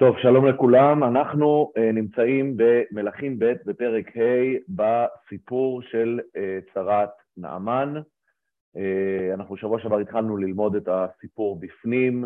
טוב, שלום לכולם. אנחנו נמצאים במלכים ב' בפרק ה' בסיפור של צרת נעמן. אנחנו שבוע שעבר התחלנו ללמוד את הסיפור בפנים,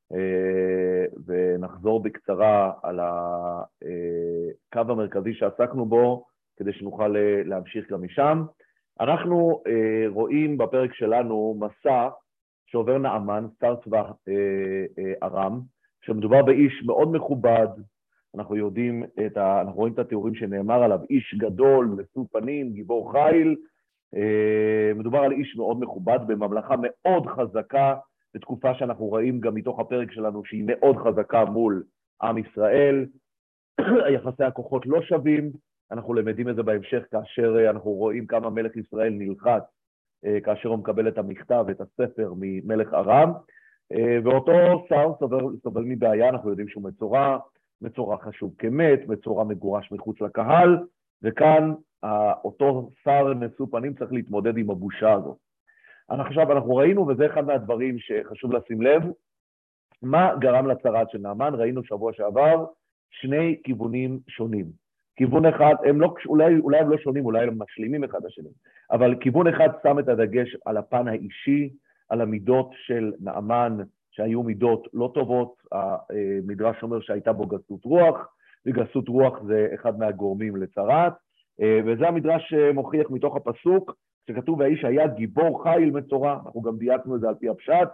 ונחזור בקצרה על הקו המרכזי שעסקנו בו, כדי שנוכל להמשיך גם משם. אנחנו רואים בפרק שלנו מסע שעובר נעמן, שר צבא ארם, שמדובר באיש מאוד מכובד. אנחנו רואים את התיאורים שנאמר עליו, איש גדול, נשוא פנים, גיבור חיל. מדובר על איש מאוד מכובד בממלכה מאוד חזקה, בתקופה שאנחנו רואים גם מתוך הפרק שלנו שהיא מאוד חזקה מול עם ישראל. יחסי הכוחות לא שווים, אנחנו למדים את זה בהמשך כאשר אנחנו רואים כמה מלך ישראל נלחץ כאשר הוא מקבל את המכתב, את הספר ממלך ארם. ואותו שר סובל מבעיה, אנחנו יודעים שהוא מצורע חשוב כמת, מצורע מגורש מחוץ לקהל, וכאן אותו שר נשוא פנים צריך להתמודד עם הבושה הזאת. עכשיו אנחנו ראינו, וזה אחד מהדברים שחשוב לשים לב, מה גרם לצרת של נעמן. ראינו שבוע שעבר שני כיוונים שונים. כיוון אחד, אולי הם לא שונים, אולי הם משלימים אחד השני, אבל כיוון אחד שם את הדגש על הפן האישי, על המידות של נעמן, שהיו מידות לא טובות. המדרש אומר שהייתה בו גסות רוח, וגסות רוח זה אחד מהגורמים לצרת, וזה המדרש מוכיח מתוך הפסוק, שכתוב והאיש היה גיבור חיל מצורע. אנחנו גם דייקנו את זה על פי הפשט.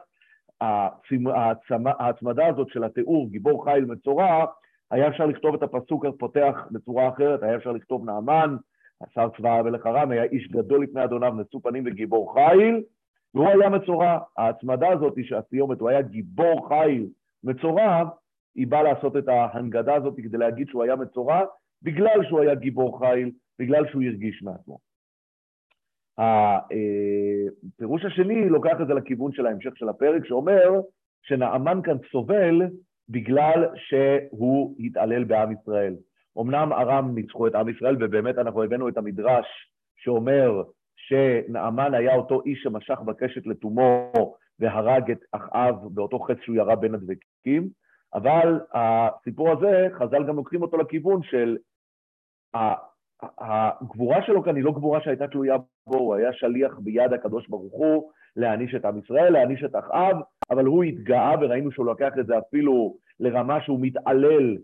ההצמדה הזאת של התיאור גיבור חיל מצורע, היה אפשר לכתוב את הפסוק הפותח בצורה אחרת, היה אפשר לכתוב נעמן, שר צבא מלך ארם, היה איש גדול לפני אדוניו, נשוא פנים וגיבור חיל, והוא היה מצורע. ההצמדה הזאת שהסיומת, הוא היה גיבור חיל מצורע, היא באה לעשות את ההנגדה הזאת כדי להגיד שהוא היה מצורע, בגלל שהוא היה גיבור חיל, בגלל שהוא הרגיש מעצמו. הפירוש השני לוקח את זה לכיוון של ההמשך של הפרק, שאומר שנעמן כאן סובל בגלל שהוא התעלל בעם ישראל. אמנם ארם ניצחו את עם ישראל, ובאמת אנחנו הבאנו את המדרש שאומר שנעמן היה אותו איש שמשך בקשת לתומו והרג את אחאב באותו חץ שהוא ירה בין הדבקים, אבל הסיפור הזה, חז"ל גם לוקחים אותו לכיוון של הגבורה שלו כאן היא לא גבורה שהייתה תלויה בו, הוא היה שליח ביד הקדוש ברוך הוא להעניש את עם ישראל, להעניש את אחאב, אבל הוא התגאה, וראינו שהוא לוקח את זה אפילו לרמה שהוא מתעלל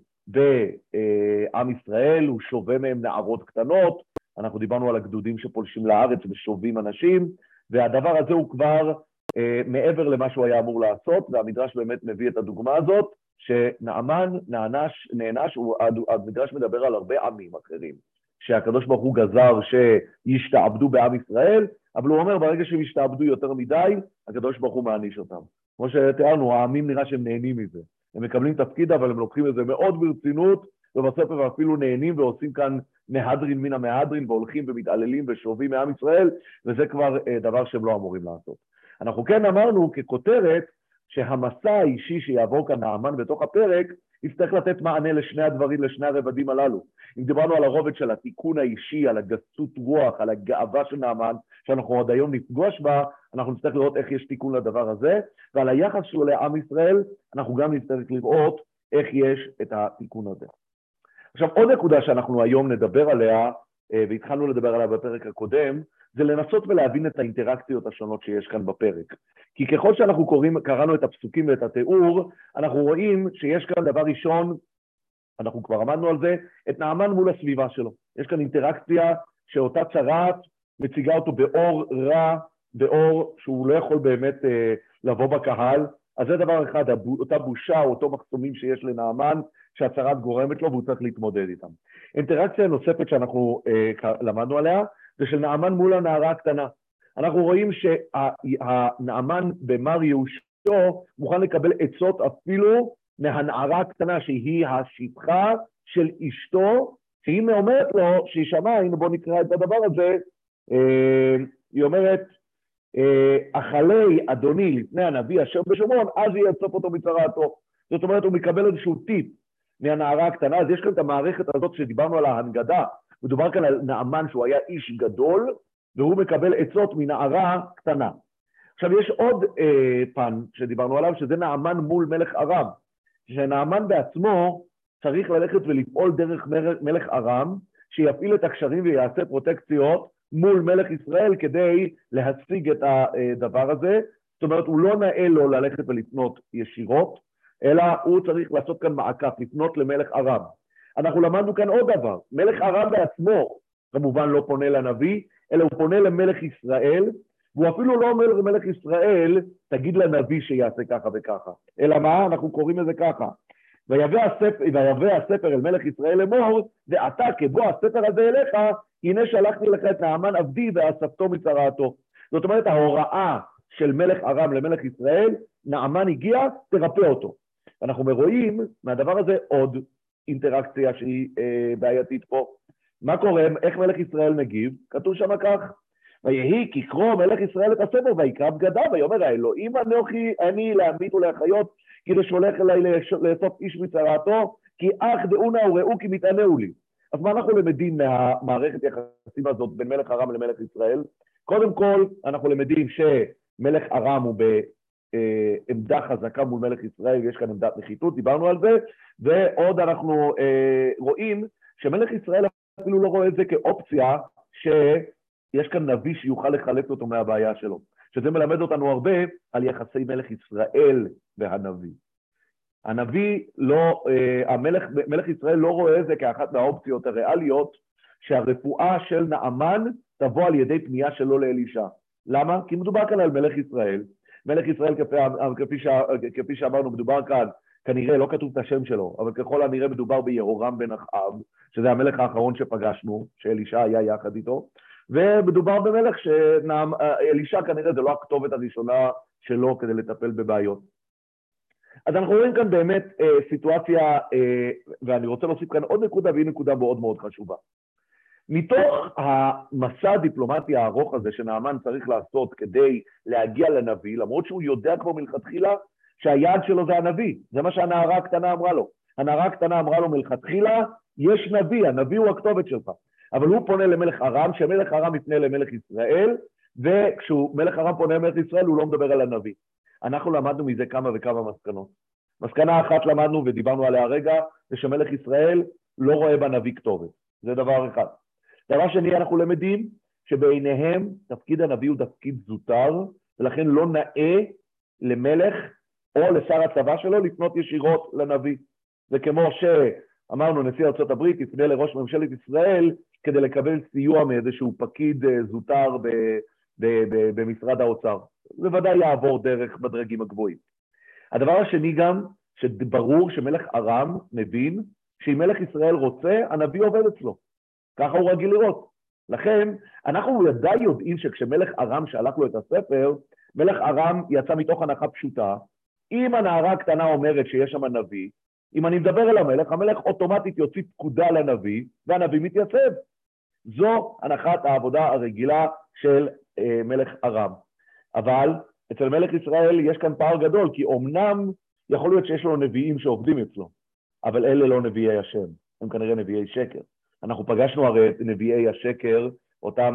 בעם ישראל, הוא שווה מהם נערות קטנות. אנחנו דיברנו על הגדודים שפולשים לארץ ושובים אנשים, והדבר הזה הוא כבר מעבר למה שהוא היה אמור לעשות, והמדרש באמת מביא את הדוגמה הזאת, שנעמן נענש, המדרש מדבר על הרבה עמים אחרים, שהקדוש ברוך הוא גזר שישתעבדו בעם ישראל, אבל הוא אומר ברגע שהם ישתעבדו יותר מדי, הקדוש ברוך הוא מעניש אותם. כמו שתיארנו, העמים נראה שהם נהנים מזה. הם מקבלים תפקיד, אבל הם לוקחים את זה מאוד ברצינות, ובספר אפילו נהנים ועושים כאן מהדרין מן המהדרין, והולכים ומתעללים ושובים מעם ישראל, וזה כבר דבר שהם לא אמורים לעשות. אנחנו כן אמרנו ככותרת, שהמסע האישי שיעבור כאן נעמן בתוך הפרק, יצטרך לתת מענה לשני הדברים, לשני הרבדים הללו. אם דיברנו על הרובד של התיקון האישי, על הגסות רוח, על הגאווה של נעמן, שאנחנו עוד היום נפגוש בה, אנחנו נצטרך לראות איך יש תיקון לדבר הזה, ועל היחס שלו לעם ישראל, אנחנו גם נצטרך לראות איך יש את התיקון הזה. עכשיו, עוד נקודה שאנחנו היום נדבר עליה, והתחלנו לדבר עליה בפרק הקודם, זה לנסות ולהבין את האינטראקציות השונות שיש כאן בפרק. כי ככל שאנחנו קראנו את הפסוקים ואת התיאור, אנחנו רואים שיש כאן דבר ראשון, אנחנו כבר עמדנו על זה, את נעמן מול הסביבה שלו. יש כאן אינטראקציה שאותה צרת מציגה אותו באור רע, באור שהוא לא יכול באמת לבוא בקהל. אז זה דבר אחד, אותה בושה או אותו מחסומים שיש לנעמן, שהצרת גורמת לו והוא צריך להתמודד איתם. אינטראקציה נוספת שאנחנו למדנו עליה, זה של נעמן מול הנערה הקטנה. אנחנו רואים שהנעמן במר יהושע מוכן לקבל עצות אפילו מהנערה הקטנה, שהיא השפחה של אשתו, שהיא אומרת לו, שהיא שמעה, הנה בוא נקרא את הדבר הזה, היא אומרת, אחלי אדוני לפני הנביא אשר בשומרון, אז היא יצוף אותו מצרעתו. זאת אומרת, הוא מקבל איזשהו טיפ מהנערה הקטנה. אז יש כאן את המערכת הזאת שדיברנו על ההנגדה, מדובר כאן על נעמן שהוא היה איש גדול, והוא מקבל עצות מנערה קטנה. עכשיו יש עוד פן שדיברנו עליו, שזה נעמן מול מלך ארם. שנעמן בעצמו צריך ללכת ולפעול דרך מלך ארם, שיפעיל את הקשרים ויעשה פרוטקציות מול מלך ישראל כדי להשיג את הדבר הזה. זאת אומרת, הוא לא נאה לו ללכת ולפנות ישירות, אלא הוא צריך לעשות כאן מעקף, לפנות למלך ארם. אנחנו למדנו כאן עוד דבר, מלך ארם בעצמו כמובן לא פונה לנביא, אלא הוא פונה למלך ישראל, והוא אפילו לא אומר למלך ישראל, תגיד לנביא שיעשה ככה וככה, אלא מה? אנחנו קוראים לזה ככה, ויבא הספר אל מלך ישראל לאמור, ועתה כבוא הספר הזה אליך, הנה שלחתי לך את נעמן עבדי ואספתו מצרעתו. זאת אומרת, ההוראה של מלך ארם למלך ישראל, נעמן הגיע, תרפא אותו. אנחנו רואים מהדבר הזה עוד אינטראקציה שהיא בעייתית פה. מה קורה? איך מלך ישראל מגיב? כתוב שם כך, ויהי כקרוא מלך ישראל את הספר ויקרא בגדיו, ויאמר האלוהים אנוכי אני להמית ולהחיות, כי לשולח אליי לאסוף איש מצרעתו, כי אך דעונה וראו כי מתענהו לי. אז מה אנחנו למדים מהמערכת יחסים הזאת בין מלך ארם למלך ישראל? קודם כל אנחנו למדים שמלך ארם הוא בעמדה חזקה מול מלך ישראל, יש כאן עמדת נחיתות, דיברנו על זה, ועוד אנחנו רואים שמלך ישראל אפילו לא רואה את זה כאופציה שיש כאן נביא שיוכל לחלץ אותו מהבעיה שלו, שזה מלמד אותנו הרבה על יחסי מלך ישראל והנביא. הנביא לא, מלך ישראל לא רואה את זה כאחת מהאופציות הריאליות, שהרפואה של נעמן תבוא על ידי פנייה שלו לאלישע. למה? כי מדובר כאן על מלך ישראל. מלך ישראל, כפי שאמרנו, מדובר כאן, כנראה לא כתוב את השם שלו, אבל ככל הנראה מדובר ביהורם בן אחאב, שזה המלך האחרון שפגשנו, שאלישע היה יחד איתו, ומדובר במלך שאלישע כנראה זה לא הכתובת הראשונה שלו כדי לטפל בבעיות. אז אנחנו רואים כאן באמת סיטואציה, ואני רוצה להוסיף כאן עוד נקודה, והיא נקודה מאוד מאוד חשובה. מתוך המסע הדיפלומטי הארוך הזה שנעמן צריך לעשות כדי להגיע לנביא, למרות שהוא יודע כבר מלכתחילה שהיעד שלו זה הנביא, זה מה שהנערה הקטנה אמרה לו. הנערה הקטנה אמרה לו מלכתחילה, יש נביא, הנביא הוא הכתובת שלך. אבל הוא פונה למלך ארם, שמלך ארם יפנה למלך ישראל, וכשמלך ארם פונה למלך ישראל הוא לא מדבר על הנביא. אנחנו למדנו מזה כמה וכמה מסקנות. מסקנה אחת למדנו ודיברנו עליה הרגע, זה שמלך ישראל לא רואה בנביא כתובת. זה דבר אחד. דבר שני, אנחנו למדים שבעיניהם תפקיד הנביא הוא תפקיד זוטר, ולכן לא נאה למלך או לשר הצבא שלו לפנות ישירות לנביא. זה כמו שאמרנו, נשיא ארצות הברית יפנה לראש ממשלת ישראל כדי לקבל סיוע מאיזשהו פקיד זוטר במשרד האוצר. זה ודאי יעבור דרך בדרגים הגבוהים. הדבר השני גם, שברור שמלך ארם מבין שאם מלך ישראל רוצה, הנביא עובד אצלו. ככה הוא רגיל לראות. לכן, אנחנו ודאי יודעים שכשמלך ארם שלח לו את הספר, מלך ארם יצא מתוך הנחה פשוטה. אם הנערה הקטנה אומרת שיש שם נביא, אם אני מדבר על המלך, המלך אוטומטית יוציא פקודה לנביא, והנביא מתייצב. זו הנחת העבודה הרגילה של מלך ארם. אבל אצל מלך ישראל יש כאן פער גדול, כי אומנם יכול להיות שיש לו נביאים שעובדים אצלו, אבל אלה לא נביאי השם, הם כנראה נביאי שקר. אנחנו פגשנו הרי את נביאי השקר, אותם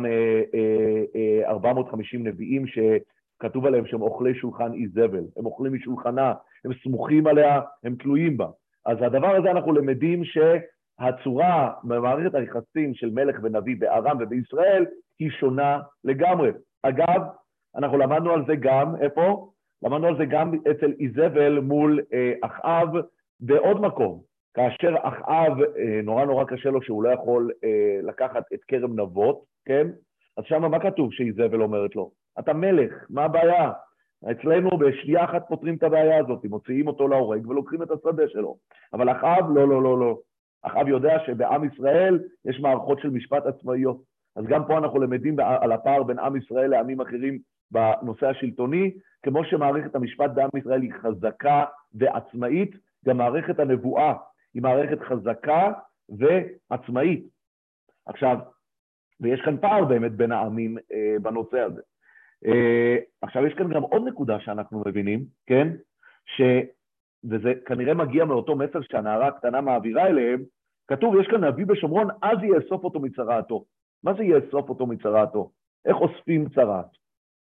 450 נביאים שכתוב עליהם שהם אוכלי שולחן איזבל, הם אוכלים משולחנה, הם סמוכים עליה, הם תלויים בה. אז הדבר הזה אנחנו למדים שהצורה במערכת היחסים של מלך ונביא בארם ובישראל היא שונה לגמרי. אגב, אנחנו למדנו על זה גם, איפה? למדנו על זה גם אצל איזבל מול אחאב בעוד מקום. כאשר אחאב נורא קשה לו שהוא לא יכול לקחת את כרם נבות, כן? אז שם מה כתוב שאיזבל אומרת לו? אתה מלך, מה הבעיה? אצלנו בשנייה אחת פותרים את הבעיה הזאת, מוציאים אותו להורג ולוקחים את השדה שלו. אבל אחאב לא. אחאב יודע שבעם ישראל יש מערכות של משפט עצמאיות. אז גם פה אנחנו למדים על הפער בין עם ישראל לעמים אחרים בנושא השלטוני, כמו שמערכת המשפט בעם ישראל היא חזקה ועצמאית, גם מערכת הנבואה היא מערכת חזקה ועצמאית. עכשיו, ויש כאן פער באמת בין העמים בנושא הזה. עכשיו, יש כאן גם עוד נקודה שאנחנו מבינים, כן? וזה כנראה מגיע מאותו מסר שהנערה הקטנה מעבירה אליהם, כתוב, יש כאן נביא בשומרון, אז יאסוף אותו מצרעתו. מה זה יאסוף אותו מצרעתו? איך אוספים צרעת?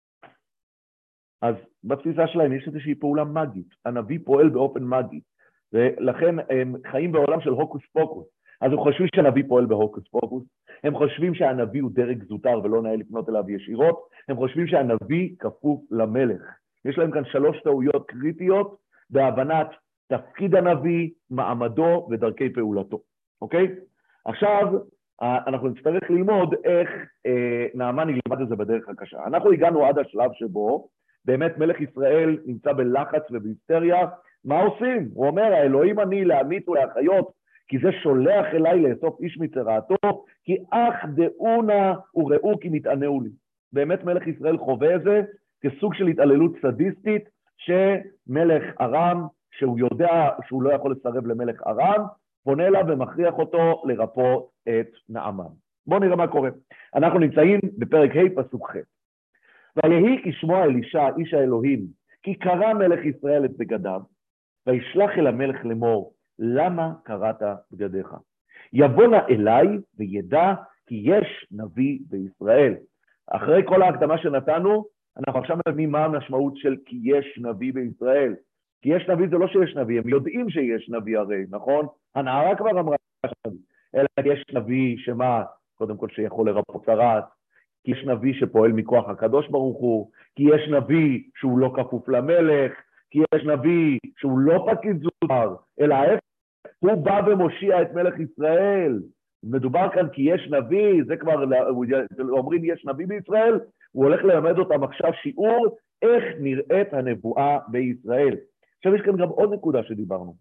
אז בתפיסה שלהם יש איזושהי פעולה מגית. הנביא פועל באופן מגי. ולכן הם חיים בעולם של הוקוס פוקוס. אז הם חושבים שהנביא פועל בהוקוס פוקוס, הם חושבים שהנביא הוא דרג זוטר ולא נאה לפנות אליו ישירות, הם חושבים שהנביא כפוף למלך. יש להם כאן 3 טעויות קריטיות בהבנת תפקיד הנביא, מעמדו ודרכי פעולתו. אוקיי? עכשיו, אנחנו נצטרך ללמוד איך נעמן ילמד את זה בדרך הקשה. אנחנו הגענו עד השלב שבו באמת מלך ישראל נמצא בלחץ ובהיסטריה. מה עושים? הוא אומר, האלוהים אני להמית ולהחיות, כי זה שולח אליי לאסוף איש מצרעתו, כי אך דעונה וראו כי מתענהו לי. באמת מלך ישראל חווה את זה כסוג של התעללות סדיסטית, שמלך ארם, שהוא יודע שהוא לא יכול לסרב למלך ארם, פונה אליו ומכריח אותו לרפות את נעמן. בואו נראה מה קורה. אנחנו נמצאים בפרק ה' פסוק ח'. ויהי כשמוע אלישע איש האלוהים, כי קרא מלך ישראל את בגדיו, וישלח אל המלך לאמור, למה קראת בגדיך? יבוא נא אליי וידע כי יש נביא בישראל. אחרי כל ההקדמה שנתנו, אנחנו עכשיו מבינים מה המשמעות של כי יש נביא בישראל. כי יש נביא זה לא שיש נביא, הם יודעים שיש נביא הרי, נכון? הנערה כבר אמרה נביא, אלא יש נביא שמה? קודם כל שיכול לרפות צרעת, כי יש נביא שפועל מכוח הקדוש ברוך הוא, כי יש נביא שהוא לא כפוף למלך, כי יש נביא שהוא לא פקיד זוטר, אלא הוא בא ומושיע את מלך ישראל. מדובר כאן כי יש נביא, זה כבר אומרים יש נביא בישראל, הוא הולך ללמד אותם עכשיו שיעור איך נראית הנבואה בישראל. עכשיו יש כאן גם עוד נקודה שדיברנו.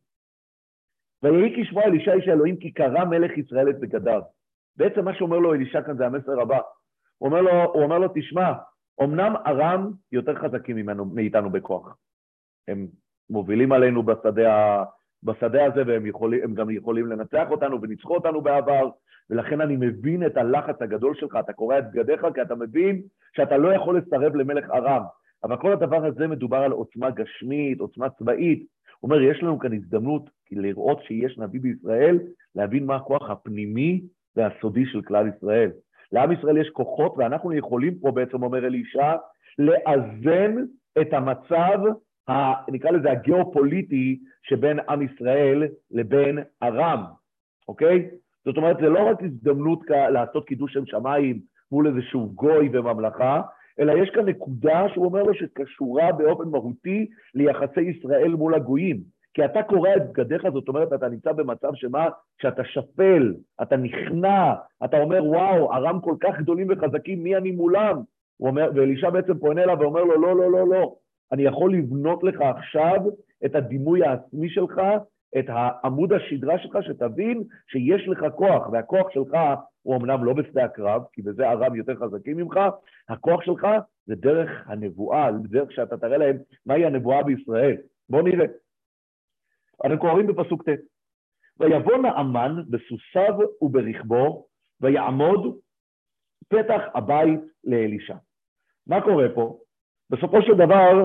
ויהי כשמוע אלישע איש האלוהים כי קרא מלך ישראל את בגדיו. בעצם מה שאומר לו אלישע כאן זה המסר הבא. הוא אומר לו תשמע, אמנם ארם יותר חזקים מאיתנו בכוח. הם מובילים עלינו בשדה הזה, והם גם יכולים לנצח אותנו וניצחו אותנו בעבר, ולכן אני מבין את הלחץ הגדול שלך, אתה קורא את בגדיך, כי אתה מבין שאתה לא יכול לסרב למלך ארם. אבל כל הדבר הזה מדובר על עוצמה גשמית, עוצמה צבאית. הוא אומר, יש לנו כאן הזדמנות לראות שיש נביא בישראל, להבין מה הכוח הפנימי והסודי של כלל ישראל. לעם ישראל יש כוחות, ואנחנו יכולים פה בעצם, אומר אלישע, לאזן את המצב, נקרא לזה הגיאופוליטי, שבין עם ישראל לבין ארם, אוקיי? זאת אומרת, זה לא רק הזדמנות לעשות קידוש שם שמיים מול איזשהו גוי וממלכה, אלא יש כאן נקודה שהוא אומר לו שקשורה באופן מהותי ליחסי ישראל מול הגויים. כי אתה קורא את בגדיך, זאת אומרת, אתה נמצא במצב שמה, שאתה שפל, אתה נכנע, אתה אומר, וואו, ארם כל כך גדולים וחזקים, מי אני מולם? הוא אומר, ואלישע בעצם פונה אליו ואומר לו, לא, לא, לא, לא. אני יכול לבנות לך עכשיו את הדימוי העצמי שלך, את העמוד השדרה שלך, שתבין שיש לך כוח, והכוח שלך הוא אמנם לא בשדה הקרב, כי בזה ארם יותר חזקים ממך, הכוח שלך זה דרך הנבואה, דרך שאתה תראה להם מהי הנבואה בישראל. בואו נראה. אנחנו קוראים בפסוק ט'. ויבוא נעמן בסוסיו וברכבו, ויעמוד פתח הבית לאלישע. מה קורה פה? בסופו של דבר,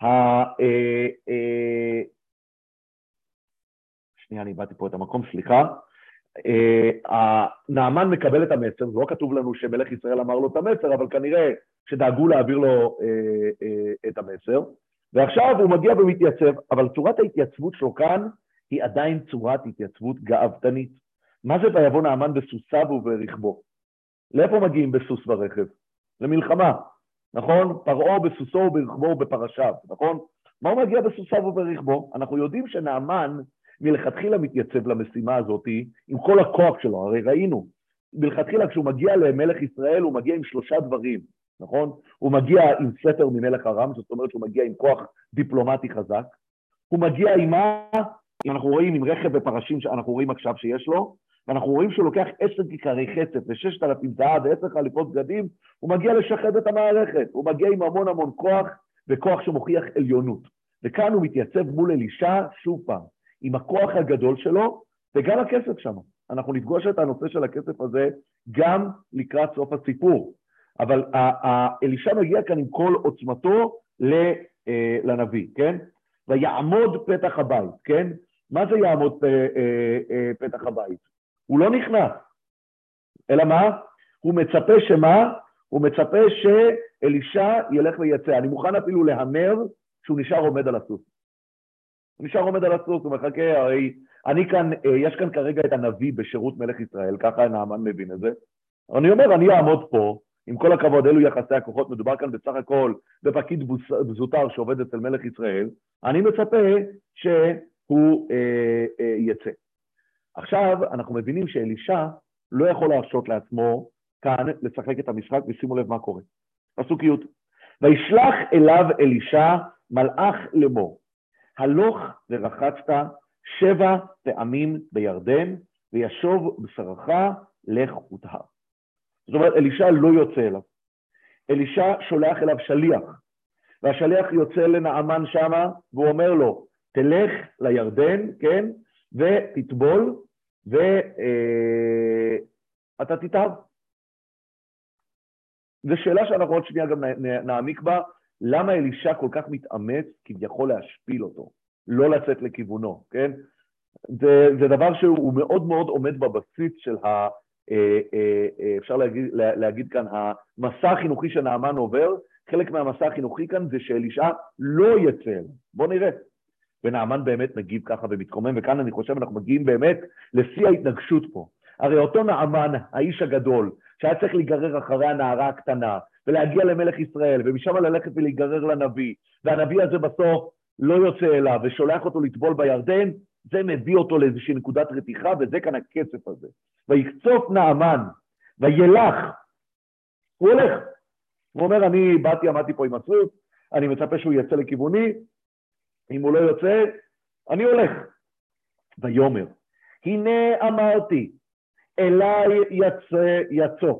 שנייה, אני באתי פה את המקום, סליחה. נעמן מקבל את המסר, זה לא כתוב לנו שמלך ישראל אמר לו את המסר, אבל כנראה שדאגו להעביר לו את המסר, ועכשיו הוא מגיע ומתייצב, אבל צורת ההתייצבות שלו כאן היא עדיין צורת התייצבות גאוותנית. מה זה ויבוא נעמן בסוסיו וברכבו? לאיפה מגיעים בסוס ורכב? למלחמה, נכון? פרעה בסוסו וברכבו ובפרשיו, נכון? מה הוא מגיע בסוסיו וברכבו? אנחנו יודעים שנעמן מלכתחילה מתייצב למשימה הזאת עם כל הכוח שלו, הרי ראינו, מלכתחילה כשהוא מגיע למלך ישראל הוא מגיע עם 3 דברים, נכון? הוא מגיע עם ספר ממלך ארם, זאת אומרת שהוא מגיע עם כוח דיפלומטי חזק, הוא מגיע עם מה? אנחנו רואים עם רכב ופרשים שאנחנו רואים עכשיו שיש לו, ואנחנו רואים שהוא לוקח 10 כיכרי חצף ו6,000 זהב ו10 חליפות בגדים, הוא מגיע לשחד את המערכת, הוא מגיע עם המון המון כוח, וכוח שמוכיח עליונות. וכאן הוא מתייצב מול אלישע שוב פעם, עם הכוח הגדול שלו, וגם הכסף שם. אנחנו נפגוש את הנושא של הכסף הזה גם לקראת סוף הסיפור. אבל אלישע מגיע כאן עם כל עוצמתו לנביא, כן? ויעמוד פתח הבית, כן? מה זה יעמוד פתח הבית? הוא לא נכנס, אלא מה? הוא מצפה שמה? הוא מצפה שאלישע ילך ויצא. אני מוכן אפילו להמר שהוא נשאר עומד על הסוס. הוא נשאר עומד על הסוס, הוא מחכה, הרי יש כאן כרגע את הנביא בשירות מלך ישראל, ככה נעמן מבין את זה. אני אומר, אני אעמוד פה, עם כל הכבוד, אלו יחסי הכוחות, מדובר כאן בסך הכל בפקיד זוטר שעובד אצל מלך ישראל, אני מצפה שהוא יצא. עכשיו, אנחנו מבינים שאלישע לא יכול להרשות לעצמו כאן לשחק את המשחק, ושימו לב מה קורה. פסוק י' וישלח אליו אלישע מלאך לאמור, הלוך ורחצת 7 פעמים בירדן, וישוב בשרך לך וטהר. זאת אומרת, אלישע לא יוצא אליו. אלישע שולח אליו שליח, והשליח יוצא לנעמן שמה, והוא אומר לו, תלך לירדן, כן, ותטבול, ואתה תטהר. זו שאלה שאנחנו עוד שנייה גם נעמיק בה, למה אלישע כל כך מתאמץ כביכול להשפיל אותו, לא לצאת לכיוונו, כן? זה דבר שהוא מאוד מאוד עומד בבסיס של אפשר להגיד כאן, המסע החינוכי שנעמן עובר, חלק מהמסע החינוכי כאן זה שאלישע לא יצא. בואו נראה. ונעמן באמת מגיב ככה ומתקומם, וכאן אני חושב אנחנו מגיעים באמת לשיא ההתנגשות פה. הרי אותו נעמן, האיש הגדול, שהיה צריך להיגרר אחרי הנערה הקטנה, ולהגיע למלך ישראל, ומשם ללכת ולהיגרר לנביא, והנביא הזה בסוף לא יוצא אליו, ושולח אותו לטבול בירדן, זה מביא אותו לאיזושהי נקודת רתיחה, וזה כאן הכסף הזה. ויקצוף נעמן, וילך, הוא הולך. הוא אומר, אני עמדתי פה עם הסוס, אני מצפה שהוא יצא לכיווני, אם הוא לא יוצא, אני הולך. ויאמר, הנה אמרתי, אליי יצא.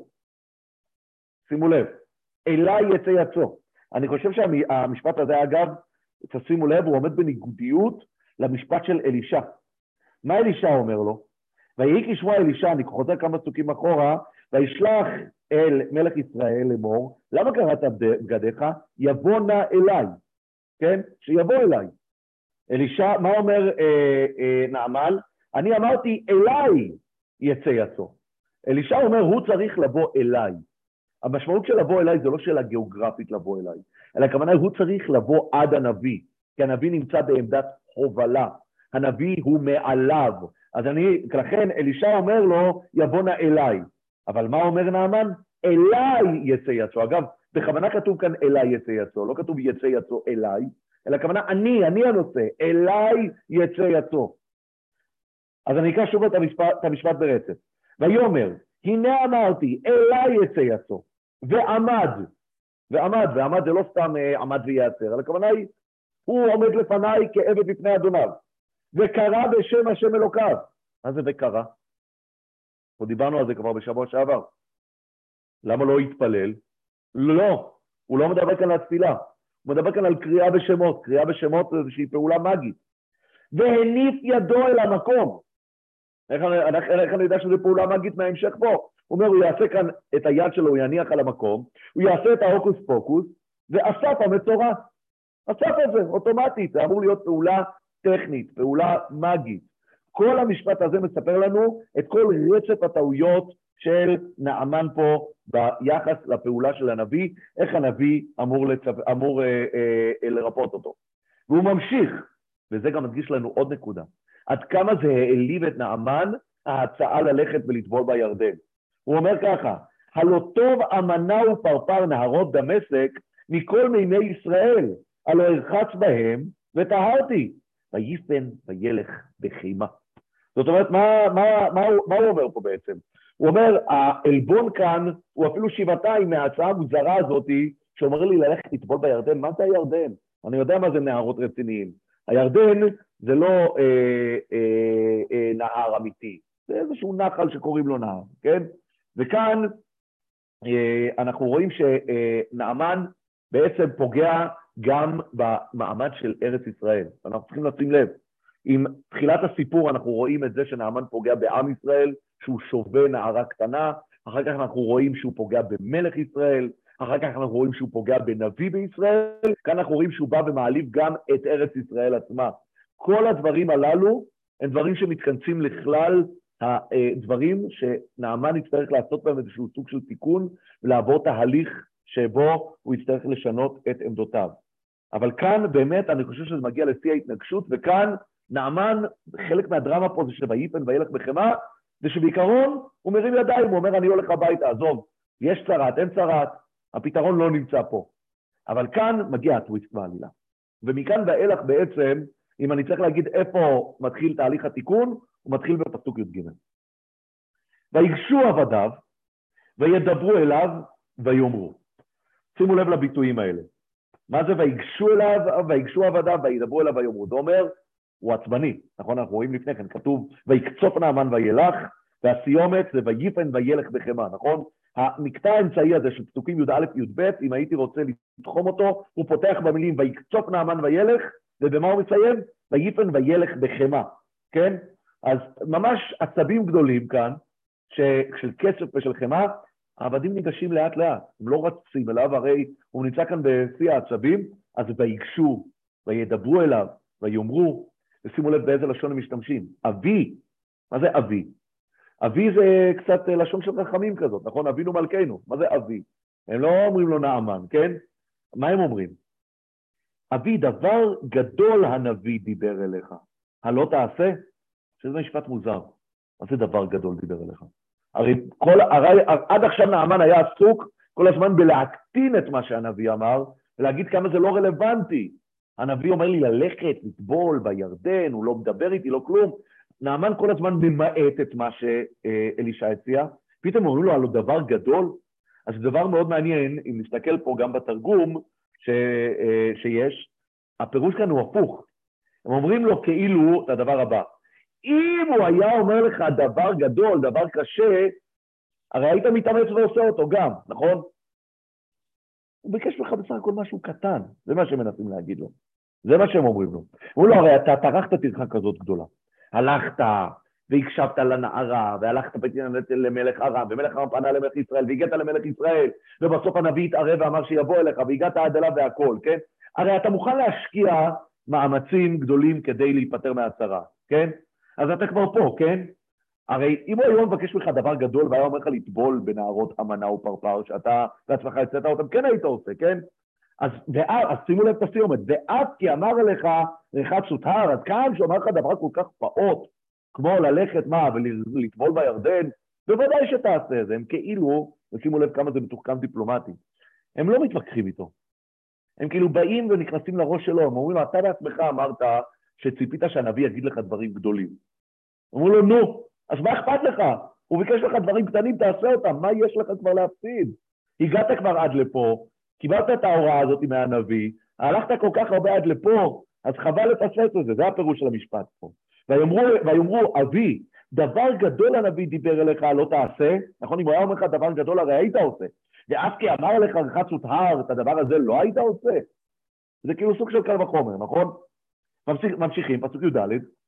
שימו לב, אליי יצא. אני חושב שהמשפט הזה, אגב, תשימו לב, הוא עומד בניגודיות למשפט של אלישע. מה אלישע אומר לו? ויהי כשמוע אלישע, אני חוזר כמה פסוקים אחורה, וישלח אל מלך ישראל לאמור, למה קראת בגדיך? יבוא נא אליי, כן? שיבוא אליי. אלישע, מה אומר נעמן? אני אמרתי אליי יצא. אלישע אומר, הוא צריך לבוא אליי. המשמעות של לבוא אליי זה לא שאלה גיאוגרפית לבוא אליי, אלא הכוונה הוא צריך לבוא עד הנביא, כי הנביא נמצא בעמדת הובלה, הנביא הוא מעליו, אז לכן אלישע אומר לו, יבוא נא אליי, אבל מה אומר נעמן? אליי יצא. אגב, בכוונה כתוב כאן אליי יצא, לא כתוב יצא אליי, אלא הכוונה אני הנושא, אליי יצא. אז אני אקרא שוב את המשפט ברצף. ויאמר, הנה אמרתי, אליי יצא. ועמד זה לא סתם עמד ויעצר, אלא הכוונה היא, הוא עומד לפניי כעבד בפני אדוניו, וקרא בשם השם אלוקיו. מה זה וקרא? פה דיברנו על זה כבר בשבוע שעבר. למה לא התפלל? לא, הוא לא מדבר כאן על התפילה, הוא מדבר כאן על קריאה בשמות. קריאה בשמות זה איזושהי פעולה מגית. והניף ידו אל המקום. איך אני יודע שזה פעולה מגית מההמשך פה? הוא אומר, הוא יעשה כאן את היד שלו, הוא יניח על המקום, הוא יעשה את ההוקוס פוקוס, ואסף המצורע. אסף את זה, אוטומטית, זה אמור להיות פעולה טכנית, פעולה מגית. כל המשפט הזה מספר לנו את כל רצף הטעויות של נעמן פה ביחס לפעולה של הנביא, איך הנביא אמור לרפות אותו. והוא ממשיך, וזה גם מדגיש לנו עוד נקודה, עד כמה זה העליב את נעמן ההצעה ללכת ולטבול בירדן. הוא אומר ככה, הלא טוב אמנה ופרפר נהרות דמשק מכל מימי ישראל, הלא הרחץ בהם וטהרתי, ויפן וילך בחימה. זאת אומרת, מה הוא אומר פה בעצם? הוא אומר, העלבון כאן הוא אפילו שבעתיים מההצעה המוזרה הזאת, שאומר לי ללכת לטבול בירדן. מה זה הירדן? אני יודע מה זה נהרות רציניים. הירדן זה לא נהר אמיתי, זה איזשהו נחל שקוראים לו נהר, כן? וכאן אנחנו רואים שנעמן בעצם פוגע גם במעמד של ארץ ישראל. אנחנו צריכים לשים לב, עם תחילת הסיפור אנחנו רואים את זה שנעמן פוגע בעם ישראל, שהוא שובה נערה קטנה, אחר כך אנחנו רואים שהוא פוגע במלך ישראל, אחר כך אנחנו רואים שהוא פוגע בנביא בישראל, כאן אנחנו רואים שהוא בא ומעליב גם את ארץ ישראל עצמה. כל הדברים הללו הם דברים שמתכנסים לכלל הדברים שנעמן יצטרך לעשות בהם איזשהו סוג של תיקון, ולעבור תהליך שבו הוא יצטרך לשנות את עמדותיו. אבל כאן באמת אני חושב שזה מגיע לשיא ההתנגשות, וכאן נעמן, חלק מהדרמה פה זה שויפן וילך בחמה, זה שבעיקרון הוא מרים ידיים, הוא אומר אני הולך הביתה, עזוב, יש צרת, אין צרת, הפתרון לא נמצא פה. אבל כאן מגיע הטוויסט בעלילה. ומכאן ואילך בעצם, אם אני צריך להגיד איפה מתחיל תהליך התיקון, הוא מתחיל בפסוק י"ג. ויגשו עבדיו, וידברו אליו, ויאמרו. שימו לב לביטויים האלה. מה זה ויגשו אליו, ויגשו עבדיו, וידברו אליו, ויאמרו? זה אומר, הוא עצבני, נכון? אנחנו רואים לפני כן, כתוב, ויקצוף נעמן וילך, והסיומת זה ויפן וילך בחמה, נכון? המקטע האמצעי הזה של פסוקים י"א י"ב, אם הייתי רוצה לתחום אותו, הוא פותח במילים ויקצוף נעמן וילך, ובמה הוא מסיים? ויפן וילך בחמה, כן? אז ממש עצבים גדולים כאן, של כסף ושל חמה, העבדים ניגשים לאט לאט, הם לא רצים אליו, הרי הוא נמצא כאן בשיא העצבים, אז ויגשו, וידברו אליו, ויאמרו, ושימו לב באיזה לשון הם משתמשים, אבי, מה זה אבי? אבי זה קצת לשון של רחמים כזאת, נכון? אבינו מלכנו, מה זה אבי? הם לא אומרים לו נעמן, כן? מה הם אומרים? אבי, דבר גדול הנביא דיבר אליך, הלא תעשה? שזה משפט מוזר, מה זה דבר גדול דיבר אליך? הרי עד עכשיו נעמן היה עסוק כל הזמן בלהקטין את מה שהנביא אמר, ולהגיד כמה זה לא רלוונטי. הנביא אומר לי ללכת, לטבול בירדן, הוא לא מדבר איתי, לא כלום. נעמן כל הזמן ממעט את מה שאלישע הציע, פתאום אומרים לו על דבר גדול, אז זה דבר מאוד מעניין, אם נסתכל פה גם בתרגום שיש, הפירוש כאן הוא הפוך. הם אומרים לו כאילו את הדבר הבא, אם הוא היה אומר לך דבר גדול, דבר קשה, הרי היית מתאמץ ועושה אותו גם, נכון? הוא ביקש לך בסך הכל משהו קטן, זה מה שהם מנסים להגיד לו. זה מה שהם אומרים לו. הוא לא, הרי אתה טרחת טרחה כזאת גדולה. הלכת והקשבת לנערה, והלכת למלך ארם, ומלך ארם פנה למלך ישראל, והגעת למלך ישראל, ובסוף הנביא התערב ואמר שיבוא אליך, והגעת עד אליו והכל, כן? הרי אתה מוכן להשקיע מאמצים גדולים כדי להיפטר מהצרה, כן? אז אתה כבר פה, כן? הרי אם הוא היום מבקש ממך דבר גדול, והיה אומר לך לטבול בנערות אמנה ופרפר, שאתה בעצמך הצאת אותם, כן היית עושה, כן? אז שימו לב את הסיומת, ואז כי אמר אליך רחץ סוטהר, אז כאן שאומר לך דבר כל כך פעוט, כמו ללכת מה, ולטבול בירדן, בוודאי שתעשה את זה, הם כאילו, ושימו לב כמה זה מתוחכם דיפלומטי, הם לא מתווכחים איתו, הם כאילו באים ונכנסים לראש שלו, הם אומרים לו, אתה בעצמך אמרת שציפית שהנביא יגיד לך דברים גדולים. אמרו לו, נו, אז מה אכפת לך? הוא ביקש לך דברים קטנים, תעשה אותם, מה יש לך כבר להפסיד? הגעת כבר עד לפה, קיבלת את ההוראה הזאת מהנביא, הלכת כל כך הרבה עד לפה, אז חבל לפספס את זה, זה הפירוש של המשפט פה. ויאמרו, אבי, דבר גדול הנביא דיבר אליך, לא תעשה, נכון? אם הוא היה אומר לך דבר גדול, הרי היית עושה. ואף כי אמר לך רחץ סוטהר, את הדבר הזה לא היית עושה. זה כאילו סוג של קל וחומר, נכון? ממשיכים, פסוק י"ד,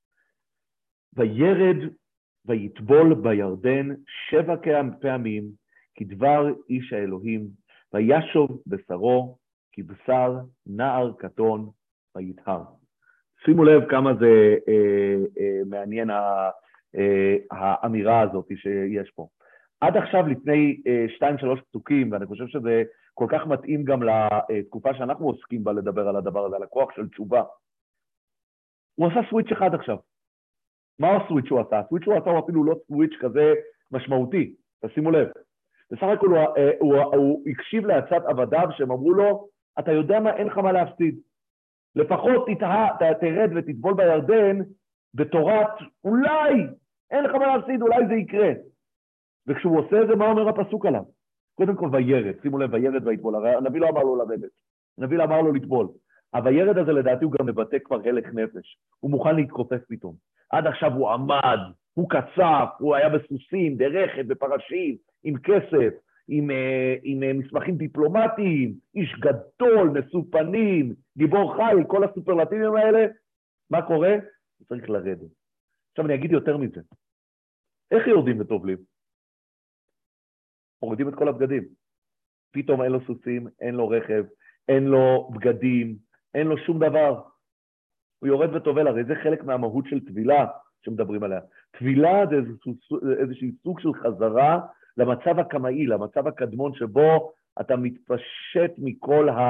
וירד ויטבול בירדן 7 פעמים, כדבר איש האלוהים, וישוב בשרו, כבשר נער קטון, ויטהר. שימו לב כמה זה מעניין האמירה הזאת שיש פה. עד עכשיו לפני 2-3 פסוקים, ואני חושב שזה כל כך מתאים גם לתקופה שאנחנו עוסקים בה לדבר על הדבר הזה, על הכוח של תשובה. הוא עשה סוויץ' אחד עכשיו. מה הסוויץ' שהוא עשה? הסוויץ' שהוא עשה הוא אפילו לא סוויץ' כזה משמעותי, תשימו לב. בסך הכל הוא הקשיב לעצת עבדיו שהם אמרו לו, אתה יודע מה, אין לך מה להפסיד. לפחות תרד ותטבול בירדן בתורת אולי, אין לך מה להפסיד, אולי זה יקרה. וכשהוא עושה את זה, מה אומר הפסוק עליו? קודם כל וירד, שימו לב, וירד ויטבול, הרי הנביא לא אמר לו לרדת, הנביא לא אמר לו לטבול. הוירד הזה לדעתי הוא גם מבטא כבר הלך נפש, הוא מוכן להתכופף פתאום. עד עכשיו הוא עמד, הוא קצף, הוא היה בסוסים, ברכב, בפרשים, עם כסף, עם מסמכים דיפלומטיים, איש גדול, נשוא פנים, גיבור חיל, כל הסופרלטיבים האלה. מה קורה? הוא צריך לרדת. עכשיו אני אגיד יותר מזה. איך יורדים וטובלים? מורידים את כל הבגדים. פתאום אין לו סוסים, אין לו רכב, אין לו בגדים, אין לו שום דבר. הוא יורד וטובל, הרי זה חלק מהמהות של טבילה שמדברים עליה. טבילה זה איזשהו סוג של חזרה למצב הקמאי, למצב הקדמון שבו אתה מתפשט מכל